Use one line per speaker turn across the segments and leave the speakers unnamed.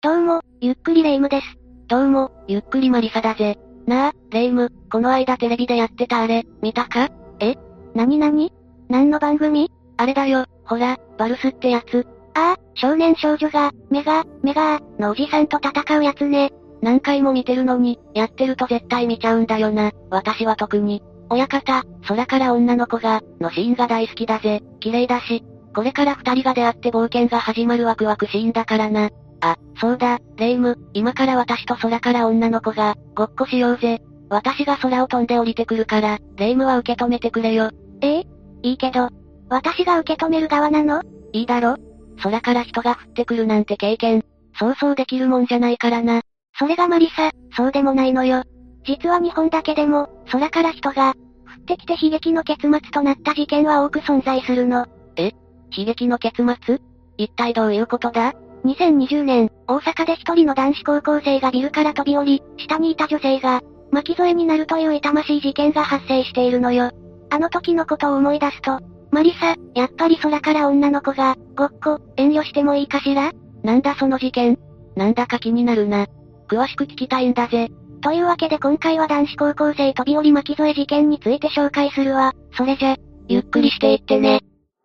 どうも、ゆっくりレ夢ムです。
どうも、ゆっくりマリサだぜ。なあ、レ夢ム、この間テレビでやってたあれ、見たか？
なに何の番組？
あれだよ、ほら、バルスってやつ。
ああ、少年少女が、メガのおじさんと戦うやつね。
何回も見てるのに、やってると絶対見ちゃうんだよな、私は特に。親方、空から女の子が、のシーンが大好きだぜ、綺麗だし。これから二人が出会って冒険が始まるワクワクシーンだからな。あ、そうだ、レ夢ム、今から私と空から女の子が、ごっこしようぜ。私が空を飛んで降りてくるから、レ夢ムは受け止めてくれよ。
いいけど、私が受け止める側なの？
いいだろ？空から人が降ってくるなんて経験、そうそうできるもんじゃないからな。
それがマリサ、そうでもないのよ。実は日本だけでも、空から人が、降ってきて悲劇の結末となった事件は多く存在するの。
悲劇の結末？一体どういうことだ
？2020年、大阪で一人の男子高校生がビルから飛び降り、下にいた女性が、巻き添えになるという痛ましい事件が発生しているのよ。あの時のことを思い出すと、マリサ、やっぱり空から女の子が、ごっこ、遠慮してもいいかしら？
なんだその事件？なんだか気になるな。詳しく聞きたいんだぜ。
というわけで今回は男子高校生飛び降り巻き添え事件について紹介するわ。それじゃ、
ゆっくりしていってね。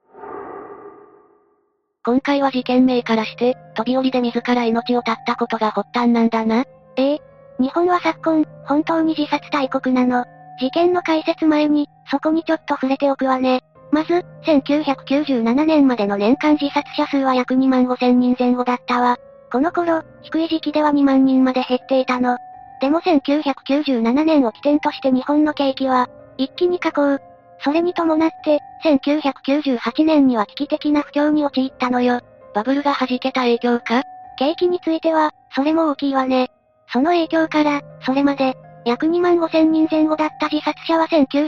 今回は事件名からして、飛び降りで自ら命を絶ったことが発端なんだな。
日本は昨今、本当に自殺大国なの。事件の解説前に、そこにちょっと触れておくわね。まず、1997年までの年間自殺者数は約2万5千人前後だったわ。この頃、低い時期では2万人まで減っていたの。でも1997年を起点として日本の景気は、一気に下降。それに伴って、1998年には危機的な不況に陥ったのよ。
バブルが弾けた影響か？
景気については、それも大きいわね。その影響から、それまで、約2万5千人前後だった自殺者は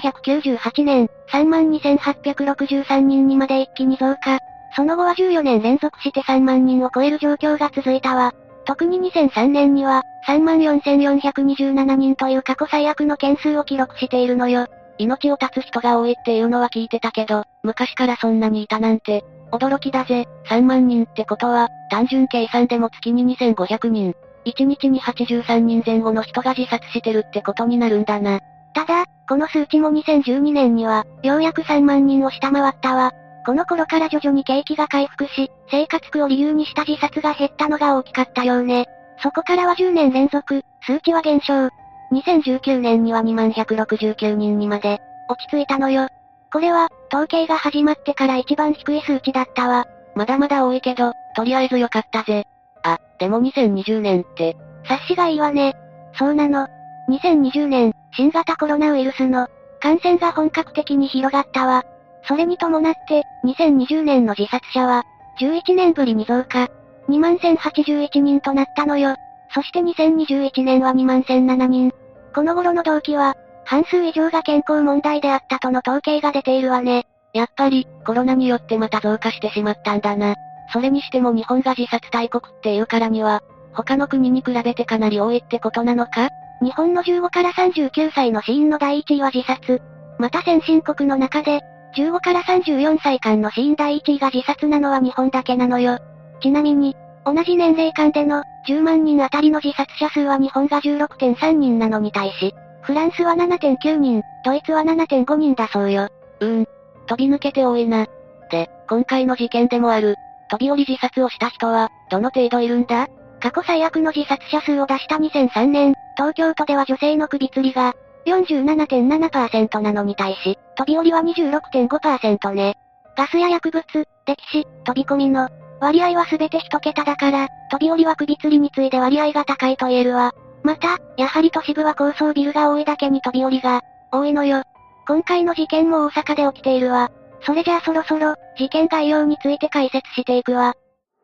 1998年、32,863人にまで一気に増加。その後は14年連続して3万人を超える状況が続いたわ。特に2003年には、34,427人という過去最悪の件数を記録しているのよ。
命を絶つ人が多いっていうのは聞いてたけど、昔からそんなにいたなんて、驚きだぜ。3万人ってことは、単純計算でも月に2500人。1日に83人前後の人が自殺してるってことになるんだな。
ただ、この数値も2012年には、ようやく3万人を下回ったわ。この頃から徐々に景気が回復し、生活苦を理由にした自殺が減ったのが大きかったようね。そこからは10年連続、数値は減少。2019年には2万169人にまで、落ち着いたのよ。これは、統計が始まってから一番低い数値だったわ。
まだまだ多いけど、とりあえずよかったぜ。あ、でも2020年って、
察しがいいわね。そうなの。2020年、新型コロナウイルスの感染が本格的に広がったわ。それに伴って、2020年の自殺者は、11年ぶりに増加。21,081人となったのよ。そして2021年は21,007人。この頃の動機は、半数以上が健康問題であったとの統計が出ているわね。
やっぱり、コロナによってまた増加してしまったんだな。それにしても日本が自殺大国っていうからには、他の国に比べてかなり多いってことなのか？
日本の15から39歳の死因の第1位は自殺。また先進国の中で、15から34歳間の死因第1位が自殺なのは日本だけなのよ。ちなみに、同じ年齢間での10万人あたりの自殺者数は日本が 16.3 人なのに対し、フランスは 7.9 人、ドイツは 7.5 人だそうよ。
飛び抜けて多いな。で、今回の事件でもある、飛び降り自殺をした人は、どの程度いるんだ？
過去最悪の自殺者数を出した2003年、東京都では女性の首吊りが 47.7% なのに対し、飛び降りは 26.5% ね。ガスや薬物、溺死、飛び込みの割合はすべて一桁だから、飛び降りは首吊りに次いで割合が高いと言えるわ。また、やはり都市部は高層ビルが多いだけに飛び降りが多いのよ。今回の事件も大阪で起きているわ。それじゃあそろそろ、事件概要について解説していくわ。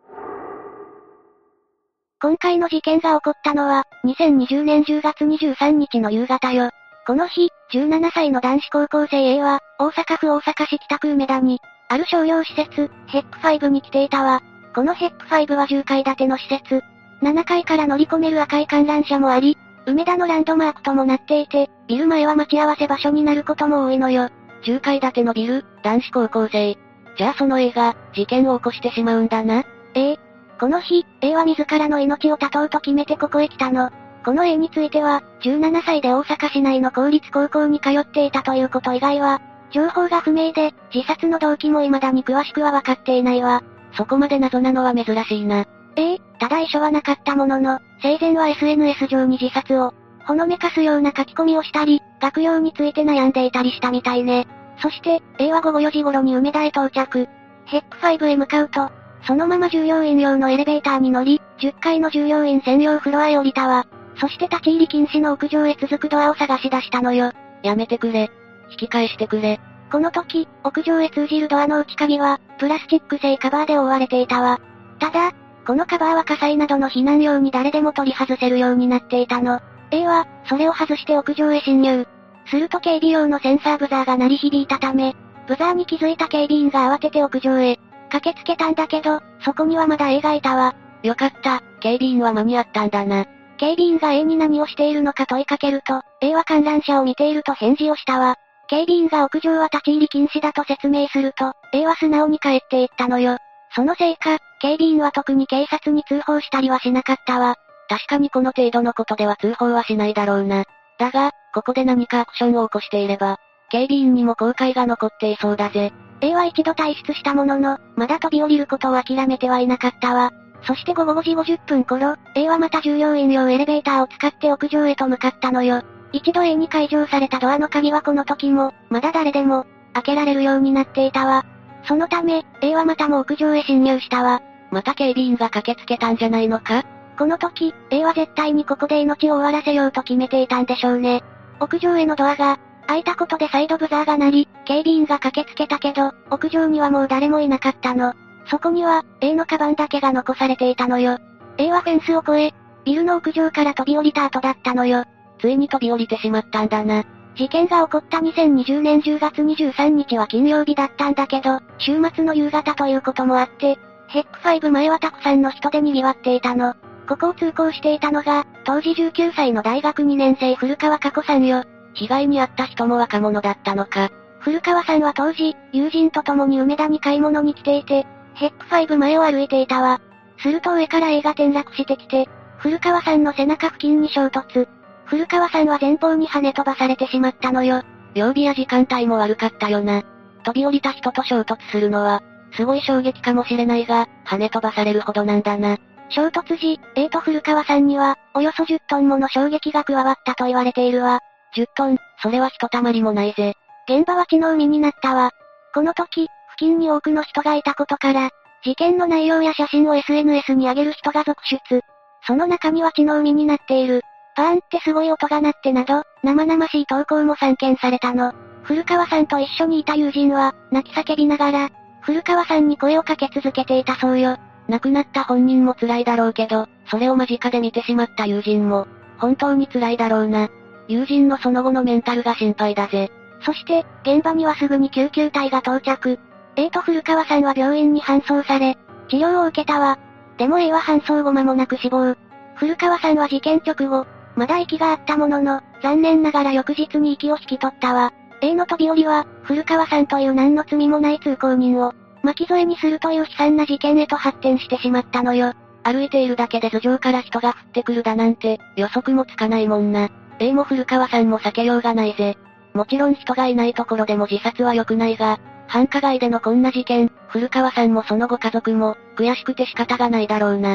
今回の事件が起こったのは、2020年10月23日の夕方よ。この日、17歳の男子高校生 A は、大阪府大阪市北区梅田に、ある商業施設、ヘップ5に来ていたわ。このヘップ5は10階建ての施設。7階から乗り込める赤い観覧車もあり、梅田のランドマークともなっていて、ビル前は待ち合わせ場所になることも多いのよ。
10階建てのビル、男子高校生。じゃあその A が、事件を起こしてしまうんだな。
この日、A は自らの命を絶とうと決めてここへ来たの。この A については、17歳で大阪市内の公立高校に通っていたということ以外は、情報が不明で、自殺の動機も未だに詳しくは分かっていないわ。
そこまで謎なのは珍しいな。
ただ遺書はなかったものの、生前は SNS 上に自殺を、ほのめかすような書き込みをしたり、学業について悩んでいたりしたみたいね。そして、A は午後4時頃に梅田へ到着。ヘック5へ向かうと、そのまま従業員用のエレベーターに乗り、10階の従業員専用フロアへ降りたわ。そして立ち入り禁止の屋上へ続くドアを探し出したのよ。
やめてくれ。引き返してくれ。
この時、屋上へ通じるドアの内鍵は、プラスチック製カバーで覆われていたわ。ただ、このカバーは火災などの避難用に誰でも取り外せるようになっていたの。A は、それを外して屋上へ侵入。すると警備用のセンサーブザーが鳴り響いたため、ブザーに気づいた警備員が慌てて屋上へ駆けつけたんだけど、そこにはまだ A がいたわ。
よかった、警備員は間に合ったんだな。
警備員が A に何をしているのか問いかけると、A は観覧車を見ていると返事をしたわ。警備員が屋上は立ち入り禁止だと説明すると、A は素直に帰っていったのよ。そのせいか、警備員は特に警察に通報したりはしなかったわ。
確かにこの程度のことでは通報はしないだろうな。だが、ここで何かアクションを起こしていれば、警備員にも後悔が残っていそうだぜ。
A は一度退出したものの、まだ飛び降りることを諦めてはいなかったわ。そして午後5時50分頃、A はまた従業員用エレベーターを使って屋上へと向かったのよ。一度 A に解錠されたドアの鍵はこの時も、まだ誰でも、開けられるようになっていたわ。そのため、A はまたも屋上へ侵入したわ。
また警備員が駆けつけたんじゃないのか？
この時、A は絶対にここで命を終わらせようと決めていたんでしょうね。屋上へのドアが、開いたことで再度ブザーが鳴り、警備員が駆けつけたけど、屋上にはもう誰もいなかったの。そこには、A のカバンだけが残されていたのよ。A はフェンスを越え、ビルの屋上から飛び降りた後だったのよ。
ついに飛び降りてしまったんだな。
事件が起こった2020年10月23日は金曜日だったんだけど、週末の夕方ということもあって、ヘック5前はたくさんの人で賑わっていたの。ここを通行していたのが、当時19歳の大学2年生古川佳子さんよ。
被害に遭った人も若者だったのか。
古川さんは当時、友人と共に梅田に買い物に来ていて、ヘック5前を歩いていたわ。すると上から A が転落してきて、古川さんの背中付近に衝突。古川さんは前方に跳ね飛ばされてしまったのよ。
曜日や時間帯も悪かったよな。飛び降りた人と衝突するのは、すごい衝撃かもしれないが、跳ね飛ばされるほどなんだな。
衝突時、A と古川さんには、およそ10トンもの衝撃が加わったと言われているわ。
10トン、それはひとたまりもないぜ。
現場は血の海になったわ。この時、付近に多くの人がいたことから、事件の内容や写真を SNS に上げる人が続出。その中には血の海になっている。パーンってすごい音が鳴ってなど、生々しい投稿も散見されたの。古川さんと一緒にいた友人は、泣き叫びながら、古川さんに声をかけ続けていたそうよ。
亡くなった本人も辛いだろうけど、それを間近で見てしまった友人も、本当に辛いだろうな。友人のその後のメンタルが心配だぜ。
そして、現場にはすぐに救急隊が到着。A と古川さんは病院に搬送され、治療を受けたわ。でも A は搬送後間もなく死亡。古川さんは事件直後、まだ息があったものの、残念ながら翌日に息を引き取ったわ。A の飛び降りは、古川さんという何の罪もない通行人を、巻き添えにするという悲惨な事件へと発展してしまったのよ。
歩いているだけで頭上から人が降ってくるだなんて、予測もつかないもんな。A も古川さんも避けようがないぜ。もちろん人がいないところでも自殺は良くないが、繁華街でのこんな事件、古川さんもそのご家族も、悔しくて仕方がないだろうな。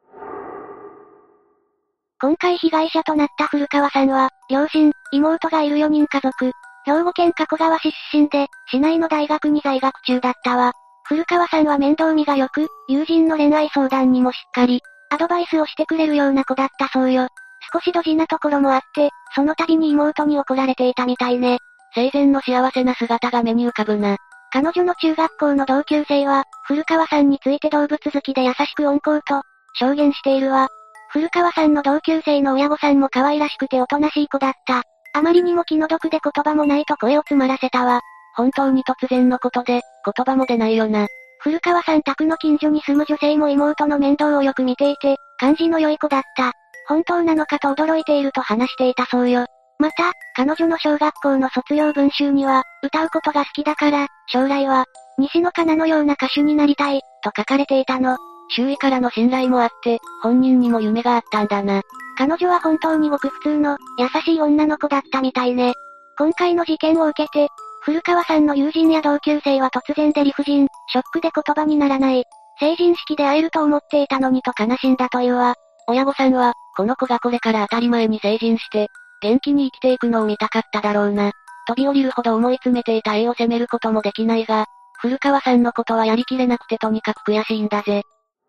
今回被害者となった古川さんは、両親、妹がいる4人家族、兵庫県加古川市出身で、市内の大学に在学中だったわ。古川さんは面倒見が良く、友人の恋愛相談にもしっかり、アドバイスをしてくれるような子だったそうよ。少しドジなところもあって、その度に妹に怒られていたみたいね。
生前の幸せな姿が目に浮かぶな。
彼女の中学校の同級生は、古川さんについて動物好きで優しく温厚と、証言しているわ。古川さんの同級生の親御さんも可愛らしくておとなしい子だった。あまりにも気の毒で言葉もないと声を詰まらせたわ。
本当に突然のことで、言葉も出ないよな。
古川さん宅の近所に住む女性も妹の面倒をよく見ていて、感じの良い子だった。本当なのかと驚いていると話していたそうよ。また、彼女の小学校の卒業文集には、歌うことが好きだから、将来は、西野カナのような歌手になりたい、と書かれていたの。
周囲からの信頼もあって、本人にも夢があったんだな。
彼女は本当にごく普通の、優しい女の子だったみたいね。今回の事件を受けて、古川さんの友人や同級生は突然で理不尽、ショックで言葉にならない。成人式で会えると思っていたのにと悲しんだというわ。
親御さんは、この子がこれから当たり前に成人して、元気に生きていくのを見たかっただろうな。飛び降りるほど思い詰めていた A を責めることもできないが、古川さんのことはやりきれなくてとにかく悔しいんだぜ。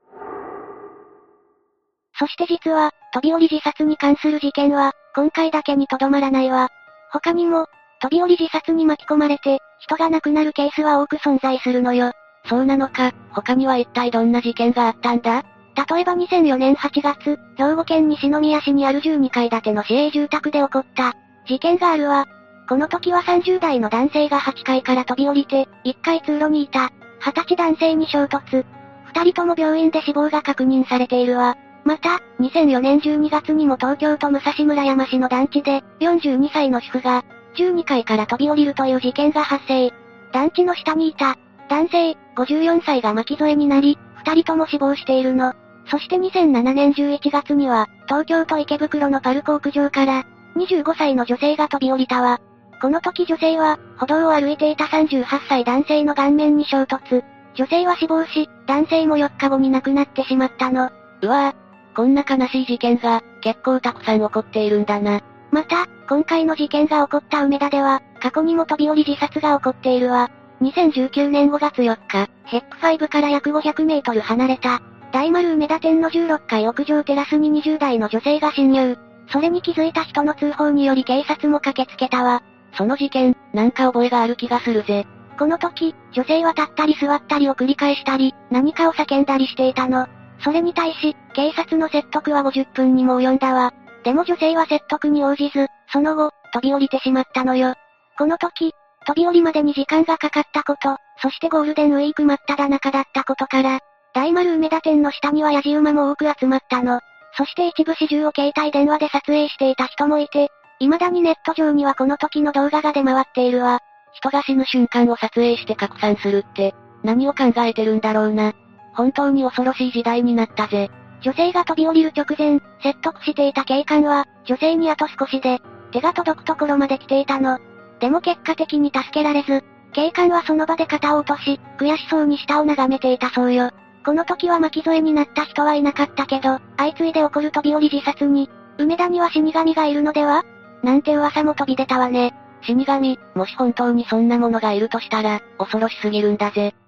そして実は、飛び降り自殺に関する事件は、今回だけにとどまらないわ。他にも、飛び降り自殺に巻き込まれて、人が亡くなるケースは多く存在するのよ。
そうなのか、他には一体どんな事件があったんだ？
例えば2004年8月、兵庫県西宮市にある12階建ての市営住宅で起こった、事件があるわ。この時は30代の男性が8階から飛び降りて、1階通路にいた、20歳男性に衝突。2人とも病院で死亡が確認されているわ。また、2004年12月にも東京都武蔵村山市の団地で、42歳の主婦が、12階から飛び降りるという事件が発生。団地の下にいた、男性、54歳が巻き添えになり、2人とも死亡しているの。そして2007年11月には、東京都池袋のパルコ屋上から、25歳の女性が飛び降りたわ。この時女性は、歩道を歩いていた38歳男性の顔面に衝突。女性は死亡し、男性も4日後に亡くなってしまったの。
うわぁ、こんな悲しい事件が、結構たくさん起こっているんだな。
また、今回の事件が起こった梅田では、過去にも飛び降り自殺が起こっているわ。2019年5月4日、ヘップ5から約500メートル離れた、大丸梅田店の16階屋上テラスに20代の女性が侵入。それに気づいた人の通報により警察も駆けつけたわ。
その事件、なんか覚えがある気がするぜ。
この時、女性は立ったり座ったりを繰り返したり、何かを叫んだりしていたの。それに対し、警察の説得は50分にも及んだわ。でも女性は説得に応じず、その後、飛び降りてしまったのよ。この時、飛び降りまでに時間がかかったこと、そしてゴールデンウィーク真っ只中だったことから、大丸梅田店の下にはヤジ馬も多く集まったの。そして一部始終を携帯電話で撮影していた人もいて、未だにネット上にはこの時の動画が出回っているわ。
人が死ぬ瞬間を撮影して拡散するって、何を考えてるんだろうな。本当に恐ろしい時代になったぜ。
女性が飛び降りる直前、説得していた警官は、女性にあと少しで、手が届くところまで来ていたの。でも結果的に助けられず、警官はその場で肩を落とし、悔しそうに下を眺めていたそうよ。この時は巻き添えになった人はいなかったけど、相次いで起こる飛び降り自殺に、梅田には死神がいるのでは？なんて噂も飛び出たわね。
死神、もし本当にそんなものがいるとしたら、恐ろしすぎるんだぜ。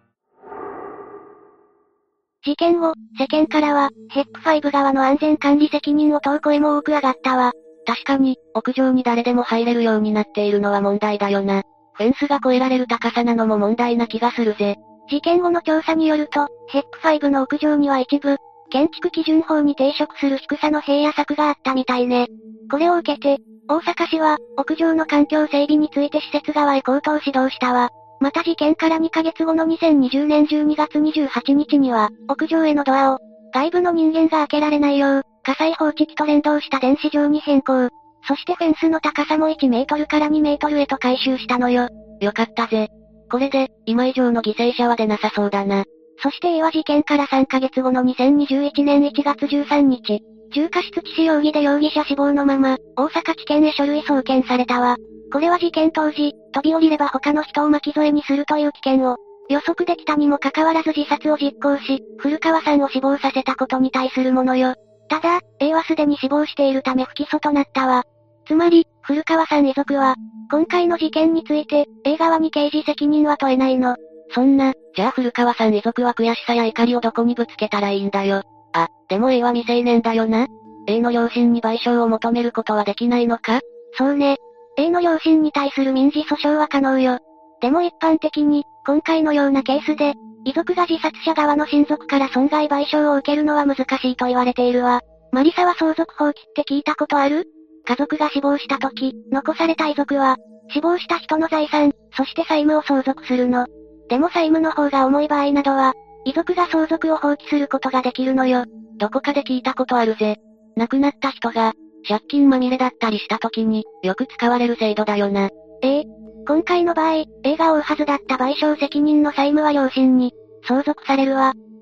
事件後、世間からは、ヘップ5側の安全管理責任を問う声も多く上がったわ。
確かに、屋上に誰でも入れるようになっているのは問題だよな。フェンスが越えられる高さなのも問題な気がするぜ。
事件後の調査によると、ヘップ5の屋上には一部、建築基準法に抵触する低さの塀や柵があったみたいね。これを受けて、大阪市は、屋上の環境整備について施設側へ口頭指導したわ。また事件から2ヶ月後の2020年12月28日には、屋上へのドアを、外部の人間が開けられないよう、火災報知器と連動した電子錠に変更。そしてフェンスの高さも1メートルから2メートルへと改修したのよ。
よかったぜ。これで、今以上の犠牲者は出なさそうだな。
そして A は事件から3ヶ月後の2021年1月13日、重過失致死容疑で容疑者死亡のまま、大阪地検へ書類送検されたわ。これは事件当時、飛び降りれば他の人を巻き添えにするという危険を予測できたにもかかわらず自殺を実行し、古川さんを死亡させたことに対するものよ。ただ、A はすでに死亡しているため不起訴となったわ。つまり、古川さん遺族は、今回の事件について、A 側に刑事責任は問えないの。
そんな、じゃあ古川さん遺族は悔しさや怒りをどこにぶつけたらいいんだよ。あ、でも A は未成年だよな。A の両親に賠償を求めることはできないのか？
そうね。A の両親に対する民事訴訟は可能よ。でも一般的に、今回のようなケースで、遺族が自殺者側の親族から損害賠償を受けるのは難しいと言われているわ。マリサは相続放棄って聞いたことある？家族が死亡した時、残された遺族は、死亡した人の財産、そして債務を相続するの。でも債務の方が重い場合などは、遺族が相続を放棄することができるのよ。
どこかで聞いたことあるぜ。亡くなった人が、借金まみれだったりした時に、よく使われる制度だよな。
今回の場合、A が負うはずだった賠償責任の債務は両親に、相続されるわ。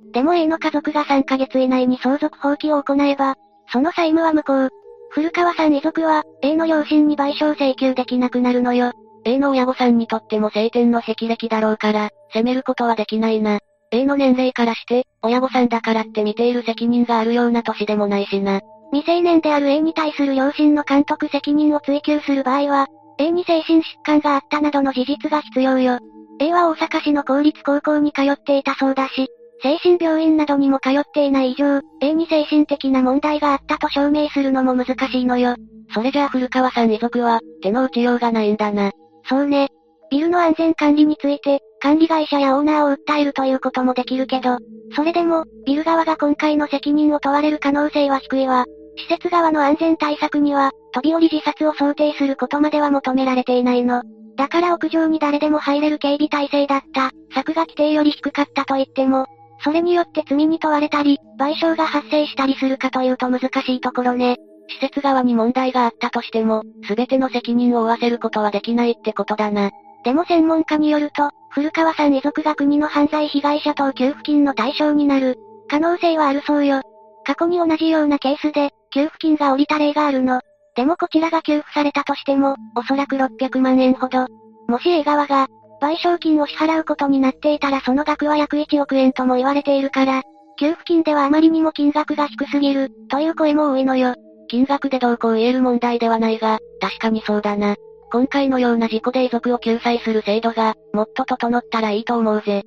でも A の家族が3ヶ月以内に相続放棄を行えば、その債務は無効。古川さん遺族は、A の両親に賠償請求できなくなるのよ。
A の親御さんにとっても晴天の霹靂だろうから、責めることはできないな。A の年齢からして、親御さんだからって見ている責任があるような年でもないしな。
未成年である A に対する両親の監督責任を追及する場合は、A に精神疾患があったなどの事実が必要よ。A は大阪市の公立高校に通っていたそうだし、精神病院などにも通っていない以上、A に精神的な問題があったと証明するのも難しいのよ。
それじゃあ古川さん遺族は、手の打ちようがないんだな。
そうね。ビルの安全管理について、管理会社やオーナーを訴えるということもできるけど、それでも、ビル側が今回の責任を問われる可能性は低いわ。施設側の安全対策には、飛び降り自殺を想定することまでは求められていないの。だから屋上に誰でも入れる警備体制だった、柵が規定より低かったと言っても、それによって罪に問われたり、賠償が発生したりするかというと難しいところね。
施設側に問題があったとしても、すべての責任を負わせることはできないってことだな。
でも専門家によると、古川さん遺族が国の犯罪被害者等給付金の対象になる可能性はあるそうよ。過去に同じようなケースで、給付金が下りた例があるの。でもこちらが給付されたとしても、おそらく600万円ほど。もし A 側が、賠償金を支払うことになっていたらその額は約1億円とも言われているから、給付金ではあまりにも金額が低すぎる、という声も多いのよ。
金額でどうこう言える問題ではないが、確かにそうだな。今回のような事故で遺族を救済する制度が、もっと整ったらいいと思うぜ。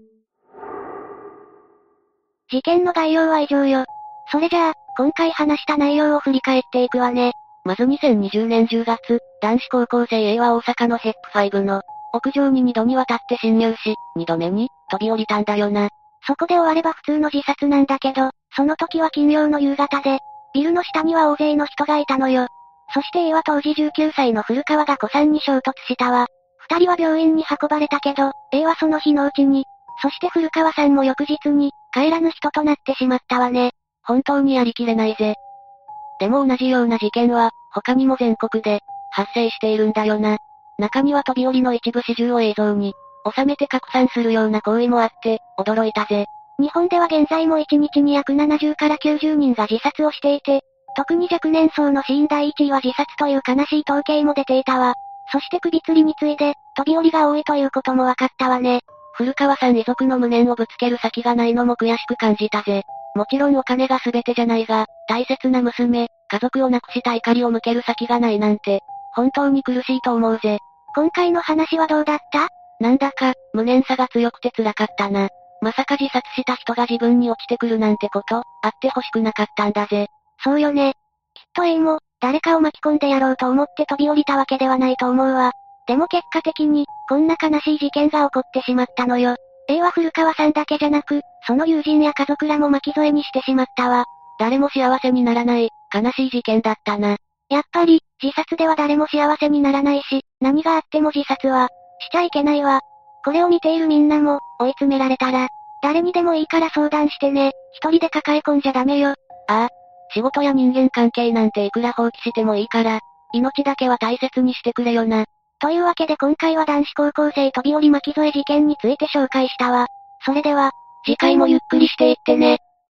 事件の概要は以上よ。それじゃあ、今回話した内容を振り返っていくわね。
まず2020年10月、男子高校生 A は大阪のヘップ5の屋上に2度にわたって侵入し、2度目に飛び降りたんだよな。
そこで終われば普通の自殺なんだけど、その時は金曜の夕方で、ビルの下には大勢の人がいたのよ。そして A は当時19歳の古川が子さんに衝突したわ。二人は病院に運ばれたけど、A はその日のうちに、そして古川さんも翌日に、帰らぬ人となってしまったわね。
本当にやりきれないぜ。でも同じような事件は、他にも全国で、発生しているんだよな。中には飛び降りの一部始終を映像に、収めて拡散するような行為もあって、驚いたぜ。
日本では現在も1日に約70から90人が自殺をしていて、特に若年層の死因第1位は自殺という悲しい統計も出ていたわ。そして首吊りに次いで、飛び降りが多いということも分かったわね。
古川さん遺族の無念をぶつける先がないのも悔しく感じたぜ。もちろんお金が全てじゃないが、大切な娘、家族を亡くした怒りを向ける先がないなんて、本当に苦しいと思うぜ。
今回の話はどうだった？
なんだか、無念さが強くて辛かったな。まさか自殺した人が自分に落ちてくるなんてこと、あってほしくなかったんだぜ。
そうよね。きっと A も、誰かを巻き込んでやろうと思って飛び降りたわけではないと思うわ。でも結果的に、こんな悲しい事件が起こってしまったのよ。A は古川さんだけじゃなく、その友人や家族らも巻き添えにしてしまったわ。
誰も幸せにならない、悲しい事件だったな。
やっぱり、自殺では誰も幸せにならないし、何があっても自殺は、しちゃいけないわ。これを見ているみんなも、追い詰められたら、誰にでもいいから相談してね。一人で抱え込んじゃダメよ。
ああ。仕事や人間関係なんていくら放棄してもいいから、命だけは大切にしてくれよな。
というわけで今回は男子高校生飛び降り巻き添え事件について紹介したわ。それでは、
次回もゆっくりしていってね。